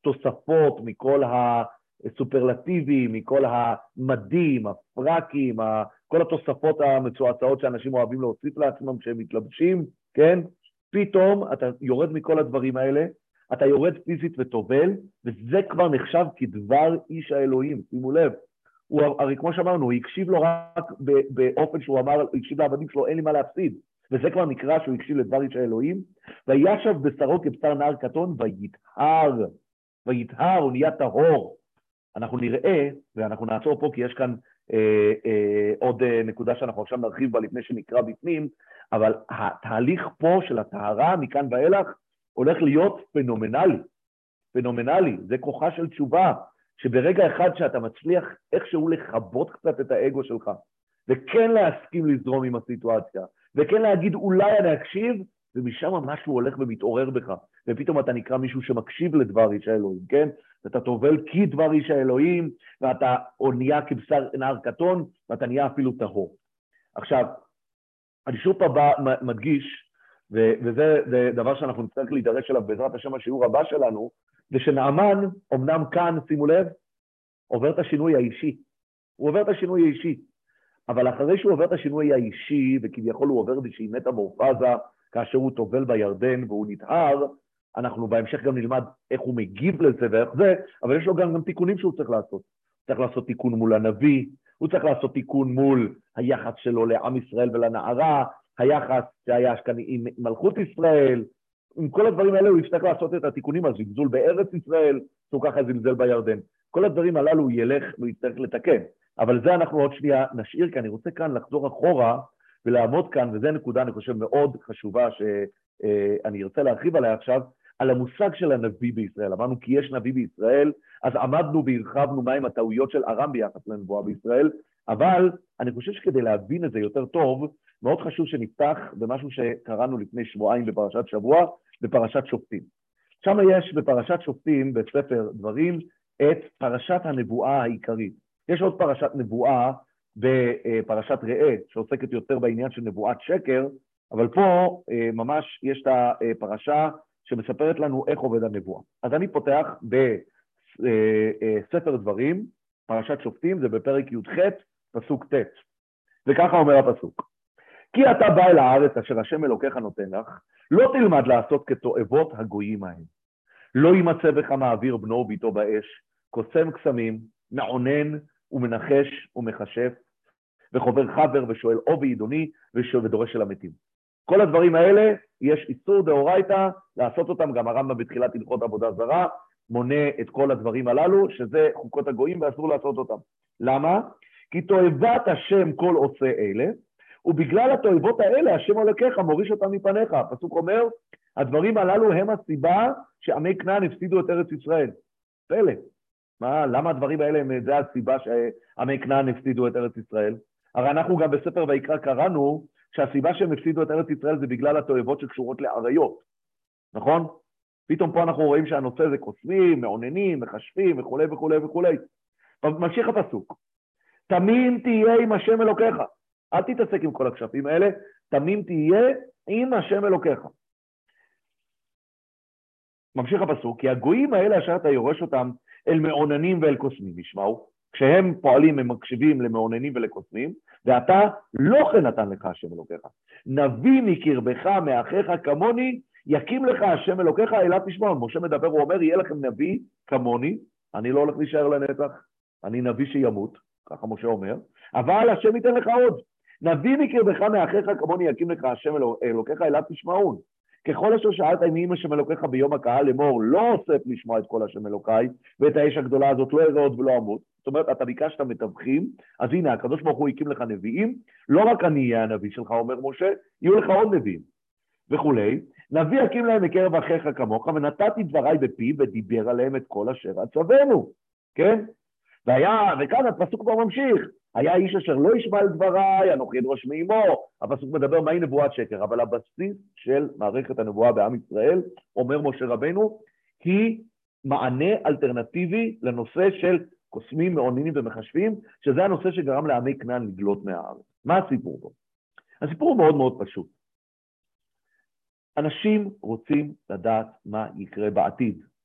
התוספות, מכל הסופרלטיבים, מכל המדים, הפרקים, כל התוספות המצועצעות שאנשים אוהבים להוסיף לעצמם כשהם מתלבשים, כן? פתאום אתה יורד מכל הדברים האלה, אתה יורד פיזית וטובל, וזה כבר נחשב כדבר איש האלוהים, שימו לב. הרי כמו שאמרנו, הוא הקשיב לו רק באופן שהוא אמר, הוא הקשיב לעבדים שלו, אין לי מה להפסיד. וזה כבר נקרא שהוא הקשיב לדבר איש האלוהים, וישב בשרו כבשר נער קטון, ויתהר, הוא נהיה טהור. אנחנו נראה, ואנחנו נעצור פה, כי יש כאן עוד נקודה שאנחנו עכשיו נרחיב בה לפני שנקרא בפנים, אבל התהליך פה של הטהרה מכאן ואילך הולך להיות פנומנלי, זה כוחה של תשובה, שברגע אחד שאתה מצליח איכשהו לכבות קצת את האגו שלך, וכן להסכים לזרום עם הסיטואציה, וכן להגיד אולי אני אקשיב, ומשם משהו הולך ומתעורר בך, ופתאום אתה נקרא מישהו שמקשיב לדבר איש האלוהים, כן? אתה טובל כדבר איש האלוהים, ואתה נהיה כבשר נער קטון, ואתה נהיה אפילו טהור. עכשיו, אני שוב פעם מדגיש, וזה דבר שאנחנו נצטרך להידרש אליו בעזרת השם השיעור הבא שלנו, זה שנעמן, אמנם כאן, שימו לב, עובר את השינוי האישי. הוא עובר את השינוי האישי. אבל אחרי שהוא עובר את השינוי האישי, וכביכול הוא עובר איזושהי מטמורפוזה, כאשר הוא טובל בירדן והוא נטהר, אנחנו בהמשך גם נלמד איך הוא מגיב לזה ואיך זה, אבל יש לו גם תיקונים שהוא צריך לעשות. הוא צריך לעשות תיקון מול הנביא, הוא צריך לעשות תיקון מול היחס שלו לעם ישראל ולנערה, היחס שהיה כאן עם מלכות ישראל, עם כל הדברים האלה הוא יצטרך לעשות את התיקונים, הזלזול בארץ ישראל, שהוא ככה זלזל בירדן. כל הדברים הללו הוא ילך והוא יצטרך לתקן. אבל זה אנחנו עוד שנייה נשאיר, כי אני רוצה כאן לחזור אחורה ולעמוד כאן, וזה נקודה אני חושב מאוד חשובה שאני ארצה להרחיב עליה עכשיו, על המושג של הנביא בישראל. אמרנו כי יש נביא בישראל, אז עמדנו והרחבנו מהם הטעויות של ארם ביחס לנבואה בישראל, אבל אני חושב שכדי להבין את זה יותר טוב, מאוד חשוב שנפתח במשהו שקראנו לפני שבועיים בפרשת שבוע, בפרשת שופטים. שם יש בפרשת שופטים, בספר דברים, את פרשת הנבואה העיקרית. יש עוד פרשת נבואה בפרשת ראה, שעוסקת יותר בעניין של נבואת שקר, אבל פה ממש יש את הפרשה שמספרת לנו איך עובד הנבואה. אז אני פותח בספר דברים, פרשת שופטים, זה בפרק י"ח, פסוק ט', וככה אומר הפסוק. כי אתה בא אל הארץ אשר השם אלוקיך נותן לך, לא תלמד לעשות כתועבות הגויים ההם. לא יימצא בך מעביר בנו וביתו באש, קוסם קסמים, מעונן ומנחש ומחשף, וחובר חבר ושואל עובי עידוני ודורש של המתים. כל הדברים האלה יש איסור דאורייתא לעשות אותם, גם הרמב"ם בתחילת הלכות עבודה זרה, מונה את כל הדברים הללו, שזה חוקות הגויים ואסור לעשות אותם. למה? כי תועבת השם כל עושה אלה, ובגלל התועבות האלה השם אלוקיך מוריש אותם מפניך. הפסוק אומר, הדברים הללו הם הסיבה שעמי כנען הפסידו את ארץ ישראל. פלא. למה הדברים האלה הם זה הסיבה שעמי כנען הפסידו את ארץ ישראל? הרי אנחנו גם בספר ויקרא קראנו שהסיבה שהם הפסידו את ארץ ישראל זה בגלל התועבות שקשורות לעריות. נכון? פתאום פה אנחנו רואים שהנושא זה קוסמים, מעוננים, מחשבים וכו' וכו' וכו'. ממשיך הפסוק. תמים תהיה עם השם אלוקיך. אל תתעסק עם כל הכשפים האלה, תמים תהיה עם השם אלוקיך. ממשיך הפסוק, כי הגויים האלה אשר אתה יורש אותם אל מעוננים ואל קוסמים, ישמעו, כשהם פועלים הם מקשיבים למעוננים ולקוסמים, ואתה לא כן נתן לך השם אלוקיך. נביא מקרבך מאחיך כמוני, יקים לך השם אלוקיך אליו תשמעון. משה מדבר, הוא אומר, יהיה לכם נביא כמוני, אני לא הולך להישאר לנצח, אני נביא שימות, ככה משה אומר, אבל השם ייתן לך עוד. נביא מקרבך מאחיך כמוני יקים לך השם אלוקיך אליו תשמעון. ככל אשר שאלת אם יהיה השם אלוקיך ביום הקהל לאמור, לא אוסף לשמוע את כל השם אלוקיי, ואת האש הגדולה הזאת לא אראה עוד ולא אמות. זאת אומרת, אתה ביקשת מתווכים, אז הנה, הקדוש ברוך הוא הקים לך נביאים, לא רק אני אהיה הנביא שלך, אומר משה, יהיו לך עוד נביאים, וכולי. נביא יקים להם מקרב אחיך כמוך, ונתתי דבריי בפי, ודיבר עליהם את כל אשר אצוונו, כן? וכאן הפסוק כבר ממשיך, היה איש אשר לא ישמע על דבריי, אנוכי אדרוש מעמו. הפסוק מדבר מהי נבואת שקר, אבל הבסיס של מערכת הנבואה בעם ישראל, אומר משה רבנו, היא מענה אלטרנטיבי לנושא של קוסמים, מעוננים ומחשבים, שזה הנושא שגרם לעמי כנען לגלות מהארץ. מה הסיפור פה? הסיפור הוא מאוד מאוד פשוט. אנשים רוצים לדעת מה יקרה בעתיד.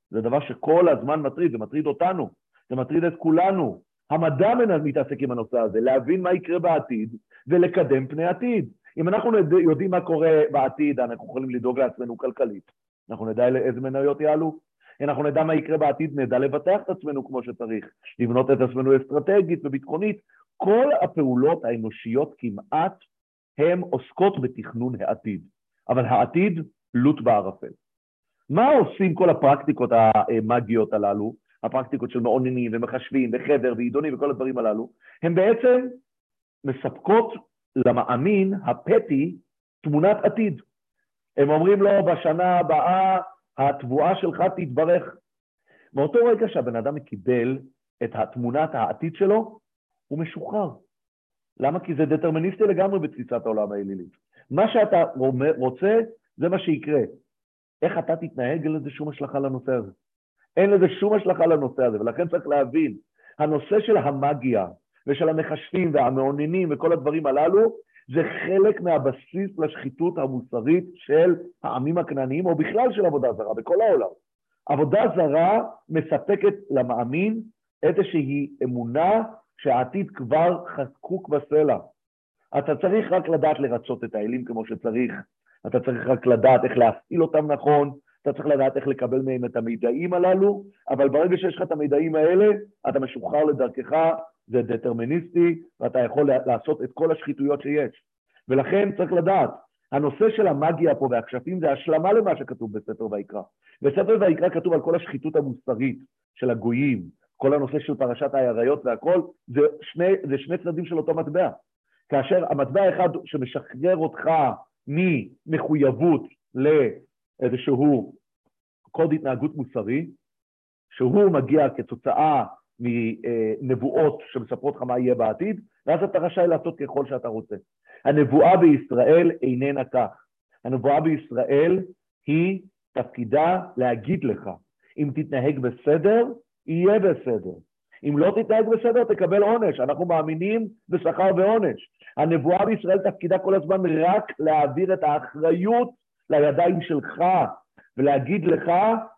זה דבר שכל הזמן מטריד, זה מטריד אותנו, זה מטריד את כולנו. המדע מתעסק עם הנושא הזה, להבין מה יקרה בעתיד ולקדם פני עתיד. אם אנחנו יודעים מה קורה בעתיד, אנחנו יכולים לדאוג לעצמנו כלכלית. אנחנו נדע איזה מניות יעלו. אם אנחנו נדע מה יקרה בעתיד, נדע לבטח את עצמנו כמו שצריך, לבנות את עצמנו אסטרטגית וביטחונית. כל הפעולות האנושיות כמעט הן עוסקות בתכנון העתיד. אבל העתיד לוט בערפל. מה עושים כל הפרקטיקות המאגיות הללו, הפרקטיקות של מעוננים ומחשבים וחבר ועידונים וכל הדברים הללו, הן בעצם מספקות למאמין הפתי תמונת עתיד. הם אומרים לו, בשנה הבאה התבואה שלך תתברך. מאותו רגע שהבן אדם מקיבל את התמונת העתיד שלו, הוא משוחרר. למה? כי זה דטרמיניסטי לגמרי בתפיסת העולם האלילית. מה שאתה רוצה, זה מה שיקרה. איך אתה תתנהג, אין לזה שום השלכה לנושא הזה. אין לזה שום השלכה לנושא הזה, ולכן צריך להבין, הנושא של המאגיה ושל המחשבים והמעוננים וכל הדברים הללו, זה חלק מהבסיס לשחיתות המוסרית של העמים הכנעניים, או בכלל של עבודה זרה, בכל העולם. עבודה זרה מספקת למאמין איזושהי אמונה שהעתיד כבר חקוק בסלע. אתה צריך רק לדעת לרצות את האלים כמו שצריך, אתה צריך רק לדעת איך להפעיל אותם נכון, אתה צריך לדעת איך לקבל מהם את המידעים הללו, אבל ברגע שיש לך את המידעים האלה, אתה משוחרר לדרכך, זה דטרמיניסטי, ואתה יכול לעשות את כל השחיתויות שיש. ולכן צריך לדעת, הנושא של המאגיה פה והכשפים זה השלמה למה שכתוב בספר ויקרא. בספר ויקרא כתוב על כל השחיתות המוסרית של הגויים, כל הנושא של פרשת היריות והכל, זה שני צדדים של אותו מטבע. כאשר המטבע האחד שמשחרר אותך ממחויבות לאיזשהו קוד התנהגות מוסרי, שהוא מגיע כתוצאה מנבואות שמספרות לך מה יהיה בעתיד, ואז אתה רשאי לעשות ככל שאתה רוצה. הנבואה בישראל איננה כך. הנבואה בישראל היא תפקידה להגיד לך, אם תתנהג בסדר, יהיה בסדר. אם לא תתנהג בסדר, תקבל עונש. אנחנו מאמינים בשכר ועונש. הנבואה בישראל תפקידה כל הזמן רק להעביר את האחריות לידיים שלך, ולהגיד לך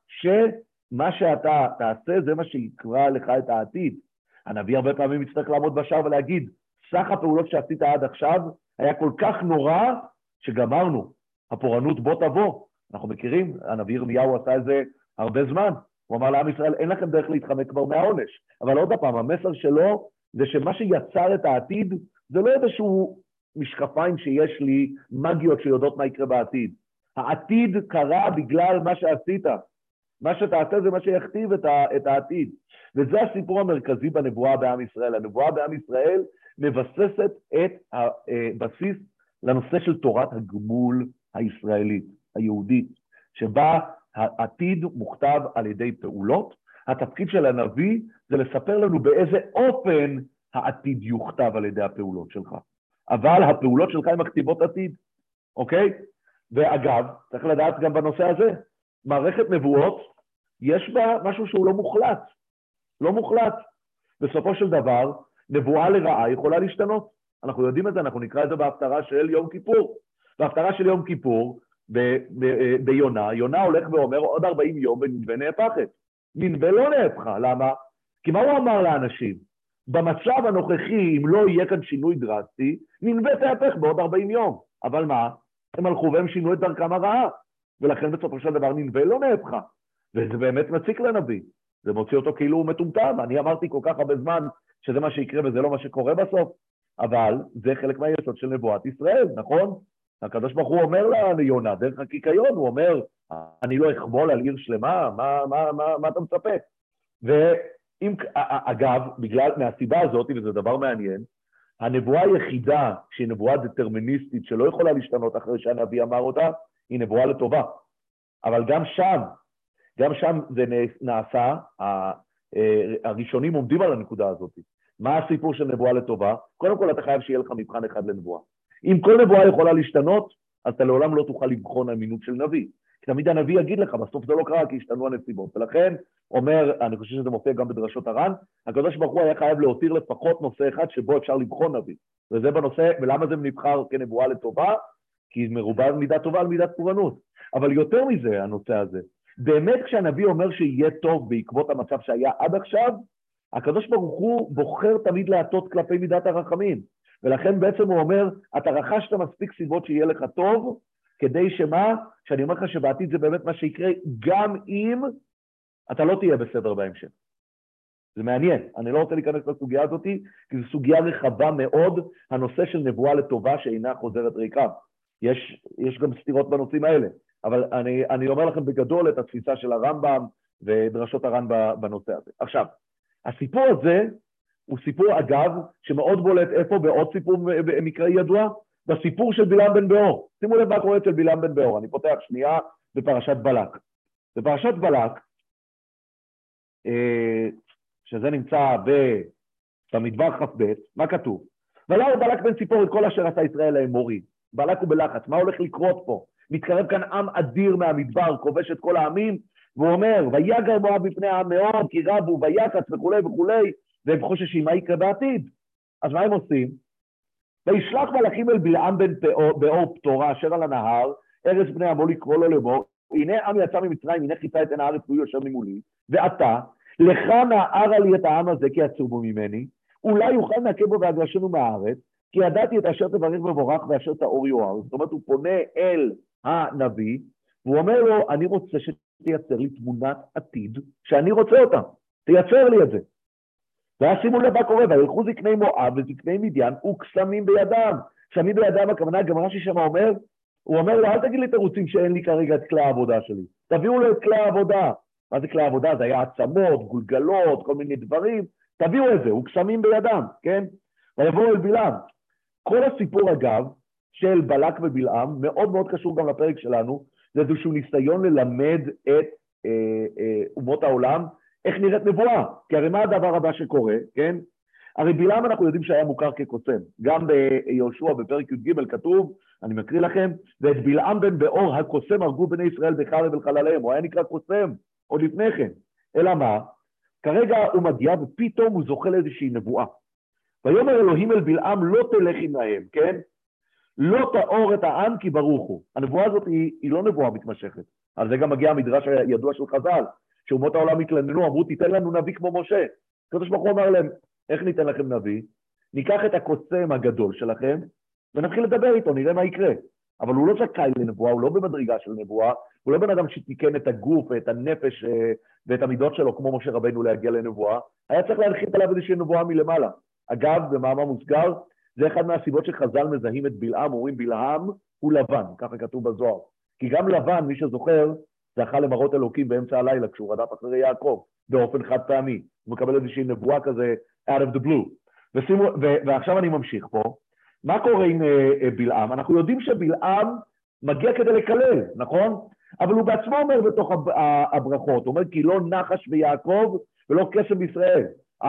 שמה שאתה תעשה זה מה שיקרא לך את העתיד. הנביא הרבה פעמים יצטרך לעמוד בשער ולהגיד, סך הפעולות שעשית עד עכשיו היה כל כך נורא שגמרנו. הפורענות בוא תבוא. אנחנו מכירים, הנביא ירמיהו עשה את זה הרבה זמן. הוא אמר לעם ישראל, אין לכם דרך להתחמק כבר מהעונש. אבל עוד פעם, המסר שלו זה שמה שיצר את העתיד, זה לא איזשהו משקפיים שיש לי, מגיות שיודעות מה יקרה בעתיד. העתיד קרה בגלל מה שעשית. מה שתעשה זה מה שיכתיב את העתיד. וזה הסיפור המרכזי בנבואה בעם ישראל. הנבואה בעם ישראל מבססת את הבסיס לנושא של תורת הגמול הישראלית, היהודית, שבה העתיד מוכתב על ידי פעולות. התפקיד של הנביא זה לספר לנו באיזה אופן העתיד יוכתב על ידי הפעולות שלך. אבל הפעולות שלך הן מכתיבות עתיד, אוקיי? ואגב, צריך לדעת גם בנושא הזה, מערכת נבואות, יש בה משהו שהוא לא מוחלט. לא מוחלט. בסופו של דבר, נבואה לרעה יכולה להשתנות. אנחנו יודעים את זה, אנחנו נקרא את זה בהפטרה של יום כיפור. בהפטרה של יום כיפור, ביונה, יונה הולך ואומר עוד 40 יום וננבא נהפכת. ננבא לא נהפכה, למה? כי מה הוא אמר לאנשים? במצב הנוכחי, אם לא יהיה כאן שינוי דרסטי, ננבא תהפך בעוד 40 יום. אבל מה? הם הלכו והם שינו את דרכם הרעה, ולכן בסופו של דבר ננבא לא נהפכה. וזה באמת מציק לנביא. זה מוציא אותו כאילו הוא מטומטם. אני אמרתי כל כך הרבה זמן שזה מה שיקרה וזה לא מה שקורה בסוף. אבל זה חלק מהיסוד של נבואת ישראל, נכון? הקדוש ברוך הוא אומר ליונה, דרך הקיקיון, הוא אומר, אני לא אכבול על עיר שלמה, מה אתה מצפה? ואם, אגב, בגלל, מהסיבה הזאת, וזה דבר מעניין, הנבואה היחידה, שהיא נבואה דטרמיניסטית, שלא יכולה להשתנות אחרי שהנביא אמר אותה, היא נבואה לטובה. אבל גם שם זה נעשה, הראשונים עומדים על הנקודה הזאת. מה הסיפור של נבואה לטובה? קודם כל אתה חייב שיהיה לך מבחן אחד לנבואה. אם כל נבואה יכולה להשתנות, אז אתה לעולם לא תוכל לבחון אמינות של נביא. כי תמיד הנביא יגיד לך, בסוף זה לא קרה כי השתנו הנסיבות. ולכן אומר, אני חושב שזה מופיע גם בדרשות הר"ן, הקדוש ברוך הוא היה חייב להותיר לפחות נושא אחד שבו אפשר לבחון נביא. וזה בנושא, ולמה זה נבחר כנבואה לטובה? כי מרובה מידה טובה על מידת פורענות. אבל יותר מזה הנושא הזה, באמת כשהנביא אומר שיהיה טוב בעקבות המצב שהיה עד עכשיו, הקדוש ברוך הוא בוחר תמיד להטות כלפי מידת הרחמים. ולכן בעצם הוא אומר, אתה רכשת מספיק סיבות שיהיה לך טוב, כדי שמה? שאני אומר לך שבעתיד זה באמת מה שיקרה, גם אם אתה לא תהיה בסדר בהמשך. זה מעניין, אני לא רוצה להיכנס לסוגיה הזאת, כי זו סוגיה רחבה מאוד, הנושא של נבואה לטובה שאינה חוזרת ריקה. יש גם סתירות בנושאים האלה, אבל אני אומר לכם בגדול את התפיסה של הרמב"ם ודרשות הר"ן בנושא הזה. עכשיו, הסיפור הזה הוא סיפור אגב שמאוד בולט איפה בעוד סיפור מקראי ידוע, בסיפור של בלעם בן באור. שימו לב מה קורה אצל בלעם בן באור, אני פותח שנייה בפרשת בלק. בפרשת בלק, שזה נמצא במדבר כ"ב, מה כתוב? וירא בלק בן ציפור את כל אשר עשה ישראל לאמורי. בלק הוא בלחץ, מה הולך לקרות פה? מתקרב כאן עם אדיר מהמדבר, כובש את כל העמים, והוא אומר, ויגר מואב בפני העם מאוד, כי רבו ויקץ וכולי וכולי, והם חוששים מה יקרה בעתיד. אז מה הם עושים? וישלח מלאכים אל בלעם בן באור פטורה, אשר על הנהר, ארץ בני עמו לקרוא לו לאמור, הנה עם יצא ממצרים, הנה חיצה את עין הארץ והוא יושב ממולי, ואתה, לך נערה לי את העם הזה כי יצובו ממני, אולי יוכל נעקה בו והגרשנו מהארץ, כי ידעתי את אשר תברך ובורך ואשר תאור יואר. זאת אומרת, הוא פונה אל הנביא, והוא אומר לו, אני רוצה שתייצר לי תמונת עתיד, שאני רוצה אותה, תייצר לי את זה. ושימו לב מה קורה, וילכו זקני מואב וזקני מדיין וקסמים בידם. קסמים בידם, הכוונה, גם רש"י שם אומר, הוא אומר לו, אל תגיד לי תירוצים שאין לי כרגע את כלי העבודה שלי, תביאו לו את כלי העבודה. מה זה כלי העבודה? זה היה עצמות, גולגלות, כל מיני דברים, תביאו את זה, וקסמים בידם, כן? ויבואו אל בלעם. כל הסיפור אגב של בלק ובלעם, מאוד מאוד קשור גם לפרק שלנו, זה איזשהו ניסיון ללמד את אומות העולם, איך נראית נבואה, כי הרי מה הדבר הבא שקורה, כן? הרי בלעם אנחנו יודעים שהיה מוכר כקוסם, גם ביהושע בפרק י"ג כתוב, אני מקריא לכם, ואת בלעם בן באור הקוסם הרגו בני ישראל בחרב אל חלליהם, הוא היה נקרא קוסם, עוד לפני כן, אלא מה? כרגע הוא מגיע ופתאום הוא זוכה לאיזושהי נבואה, ויאמר אלוהים אל בלעם לא תלך עמהם, כן? לא תאור את העם כי ברוך הוא. הנבואה הזאת היא לא נבואה מתמשכת, על זה גם מגיע המדרש הידוע של חז"ל, שאומות העולם התלננו, אמרו תיתן לנו נביא כמו משה. הקדוש ברוך הוא אמר להם, איך ניתן לכם נביא? ניקח את הקוסם הגדול שלכם, ונתחיל לדבר איתו, נראה מה יקרה. אבל הוא לא זכאי לנבואה, הוא לא במדרגה של נבואה, הוא לא בן אדם שתיקן את הגוף ואת הנפש ואת המידות שלו, כמו משה רבינו להגיע לנבואה, היה צריך להנחית עליו איזושהי נבואה מלמעלה. אגב, במאמר מוסגר, זה אחד מהסיבות שחז"ל מזהים את בלעם, אומרים בלעם הוא לבן, ככה כתוב בזוהר. כי גם לבן, מי שזוכר, זכה למראות אלוקים באמצע הלילה, כשהוא רדף אחרי יעקב, באופן חד פעמי. הוא מקבל איזושהי נבואה כזה, out of the blue. ועכשיו אני ממשיך פה. מה קורה עם בלעם? אנחנו יודעים שבלעם מגיע כדי לקלל, נכון? אבל הוא בעצמו אומר בתוך הברכות, הוא אומר כי לא נחש ביעקב ולא קסם בישראל.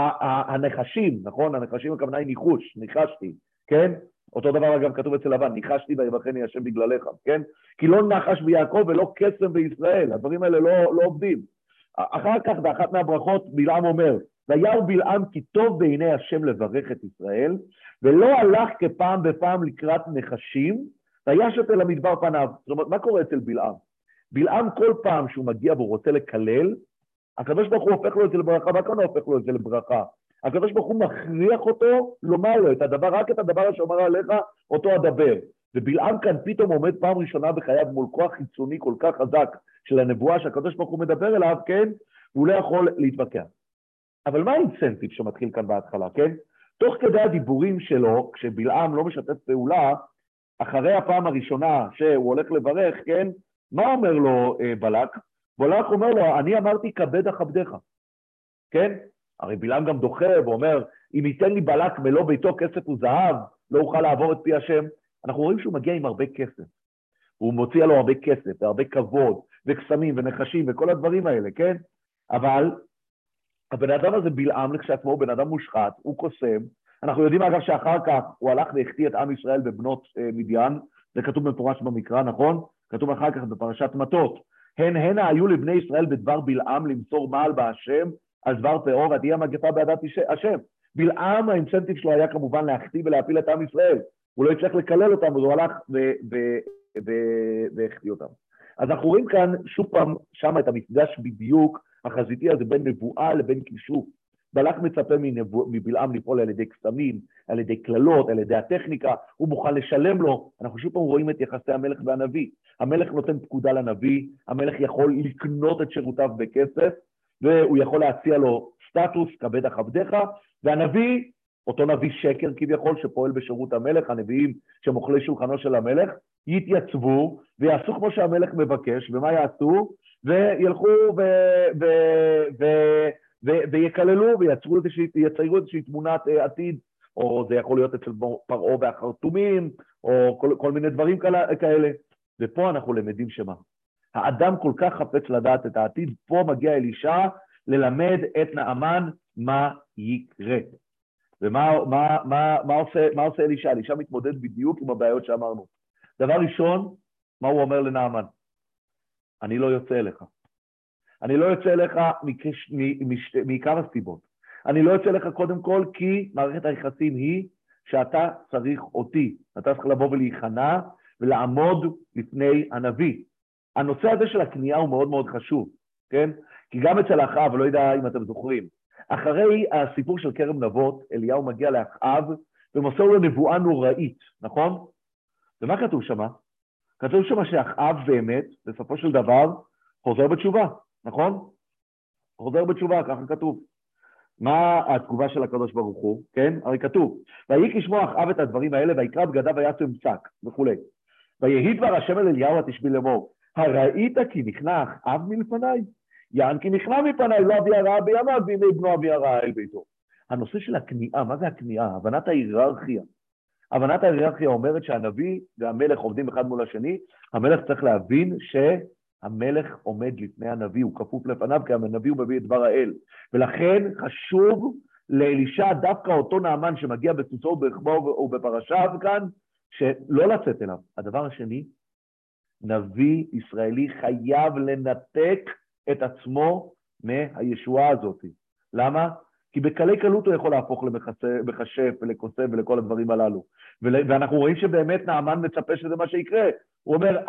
הנחשים, נכון? הנחשים הכוונה היא ניחוש, ניחשתי, כן? אותו דבר אגב כתוב אצל לבן, ניחשתי ויברכני השם בגללך, כן? כי לא נחש ביעקב ולא קסם בישראל, הדברים האלה לא עובדים. אחר כך באחת מהברכות בלעם אומר, וירא בלעם כי טוב בעיני השם לברך את ישראל, ולא הלך כפעם בפעם לקראת נחשים, וישת אל המדבר פניו. זאת אומרת, מה קורה אצל בלעם? בלעם כל פעם שהוא מגיע והוא רוצה לקלל, הקדוש ברוך הוא הופך לו את זה לברכה, מה כאן הופך לו את זה לברכה? הקדוש ברוך הוא מכריח אותו לומר לו את הדבר, רק את הדבר שאומר עליך, אותו הדבר. ובלעם כאן פתאום עומד פעם ראשונה בחייו מול כוח חיצוני כל כך חזק של הנבואה שהקדוש ברוך הוא מדבר אליו, כן? והוא לא יכול להתווכח. אבל מה האינסנטיב שמתחיל כאן בהתחלה, כן? תוך כדי הדיבורים שלו, כשבלעם לא משתף פעולה, אחרי הפעם הראשונה שהוא הולך לברך, כן? מה אומר לו בלק? בלק אומר לו, אני אמרתי כבד אכבדך, כן? הרי בלעם גם דוחה ואומר, אם ייתן לי בלק מלוא ביתו כסף וזהב, לא אוכל לעבור את פי השם. אנחנו רואים שהוא מגיע עם הרבה כסף. הוא מוציא לו הרבה כסף, והרבה כבוד, וקסמים ונחשים וכל הדברים האלה, כן? אבל הבן אדם הזה בלעם לכשעצמו הוא בן אדם מושחת, הוא קוסם. אנחנו יודעים אגב שאחר כך הוא הלך והחטיא את עם ישראל בבנות מדיין, זה כתוב במפורש במקרא, נכון? כתוב אחר כך בפרשת מטות. הנה היו לבני ישראל בדבר בלעם למסור מעל בהשם, על דבר פאור ותהיה מגפה בעדת השם. בלעם האינסנטיב שלו היה כמובן להחטיא ולהפיל את עם ישראל. הוא לא הצליח לקלל אותם, אז הוא הלך והחטיא אותם. אז אנחנו רואים כאן שוב פעם שם את המפגש בדיוק החזיתי הזה בין נבואה לבין כישוף. בלק מצפה מבלעם לפעול על ידי קסמים, על ידי כללות, על ידי הטכניקה, הוא מוכן לשלם לו. אנחנו שוב פעם רואים את יחסי המלך והנביא. המלך נותן פקודה לנביא, המלך יכול לקנות את שירותיו בכסף, והוא יכול להציע לו סטטוס, כבד אכבדך, והנביא, אותו נביא שקר כביכול שפועל בשירות המלך, הנביאים שמוכלי שולחנו של המלך, יתייצבו ויעשו כמו שהמלך מבקש, ומה יעשו? וילכו ויקללו ויצרו איזושהי תמונת עתיד, או זה יכול להיות אצל פרעה והחרטומים, או כל מיני דברים כאלה. ופה אנחנו למדים שמה. האדם כל כך חפץ לדעת את העתיד, פה מגיע אלישע ללמד את נעמן מה יקרה. ומה עושה אלישע? אלישע מתמודד בדיוק עם הבעיות שאמרנו. דבר ראשון, מה הוא אומר לנעמן? אני לא יוצא אליך. אני לא יוצא אליך מכמה סיבות. אני לא יוצא אליך קודם כל כי מערכת היחסים היא שאתה צריך אותי. אתה צריך לבוא ולהיכנע ולעמוד לפני הנביא. הנושא הזה של הכניעה הוא מאוד מאוד חשוב, כן? כי גם אצל אחאב, לא יודע אם אתם זוכרים, אחרי הסיפור של כרם נבות, אליהו מגיע לאחאב ומוסר לו נבואה נוראית, נכון? ומה כתוב שמה? כתוב שמה שאחאב באמת, בסופו של דבר, חוזר בתשובה, נכון? חוזר בתשובה, ככה כתוב. מה התגובה של הקדוש ברוך הוא? כן? הרי כתוב, ויהי כשמוע אחאב את הדברים האלה, ויקרא בגדיו ויעש ימצק, וכולי. ויהי דבר השם אל אליהו התשבי לאמור, הראית כי נכנע אחאב מלפניי? יען כי נכנע מפניי, לא אביא הרעה בימיו, וימי בנו אביא הרעה אל ביתו. הנושא של הכניעה, מה זה הכניעה? הבנת ההיררכיה. הבנת ההיררכיה אומרת שהנביא והמלך עובדים אחד מול השני, המלך צריך להבין שהמלך עומד לפני הנביא, הוא כפוף לפניו, כי הנביא הוא מביא את דבר האל. ולכן חשוב לאלישע דווקא אותו נעמן שמגיע בסוסו וברכבו ובפרשיו כאן, שלא לצאת אליו. הדבר השני, נביא ישראלי חייב לנתק את עצמו מהישועה הזאת. למה? כי בקלי קלות הוא יכול להפוך למכשף ולכוסף ולכל הדברים הללו. ואנחנו רואים שבאמת נעמן מצפה שזה מה שיקרה. הוא אומר,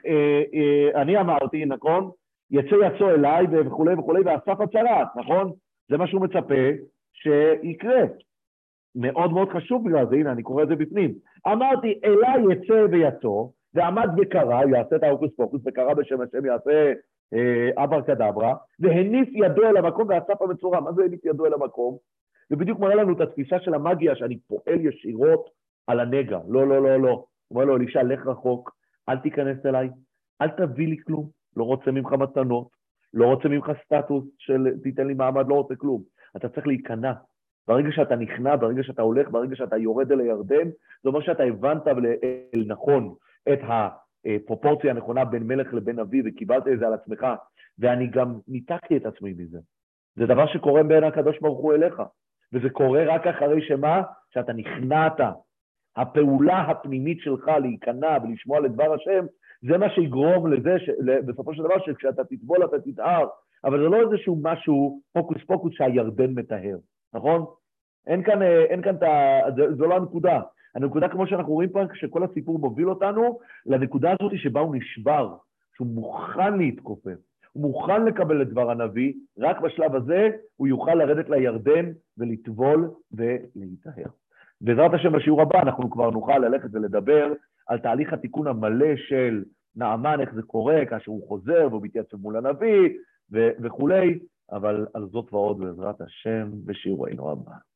אני אמרתי, נכון? יצא אליי וכולי וכולי, ואסף הצרת, נכון? זה מה שהוא מצפה שיקרה. מאוד מאוד חשוב בגלל זה, הנה אני קורא את זה בפנים. אמרתי, אליי יצא ויצא, ועמד וקרא, יעשה את ההוקוס פוקוס, וקרא בשם השם, יעשה אבר קדברה, והניף ידו אל המקום ואסף המצורע. מה זה הניף ידו אל המקום? ובדיוק מראה לנו את התפיסה של המגיה, שאני פועל ישירות על הנגע. לא, לא, לא, לא. הוא אומר לו, אלישע, לך רחוק, אל תיכנס אליי, אל תביא לי כלום, לא רוצה ממך מתנות, לא רוצה ממך סטטוס של תיתן לי מעמד, לא רוצה כלום. אתה צריך להיכנע. ברגע שאתה נכנע, ברגע שאתה הולך, ברגע שאתה יורד אל הירדן, זה אומר שאתה הבנת נכון את הפרופורציה הנכונה בין מלך לבין נביא, וקיבלת את זה על עצמך, ואני גם ניתקתי את עצמי מזה. זה דבר שקורה בין הקדוש ברוך הוא אליך, וזה קורה רק אחרי שמה? שאתה נכנעת. הפעולה הפנימית שלך להיכנע ולשמוע לדבר השם, זה מה שיגרום לזה, בסופו של דבר, שכשאתה תטבול אתה תתאר, אבל זה לא איזשהו משהו פוקוס פוקוס שהירדן מטהר, נכון? אין כאן זו לא הנקודה. הנקודה כמו שאנחנו רואים פה, שכל הסיפור מוביל אותנו, לנקודה הזאת שבה הוא נשבר, שהוא מוכן להתכופף, הוא מוכן לקבל את דבר הנביא, רק בשלב הזה הוא יוכל לרדת לירדן ולטבול ולהיטהר. בעזרת השם בשיעור הבא אנחנו כבר נוכל ללכת ולדבר על תהליך התיקון המלא של נעמן, איך זה קורה, כאשר הוא חוזר והוא מתייצב מול הנביא וכולי, אבל על זאת ועוד בעזרת השם בשיעורנו הבא.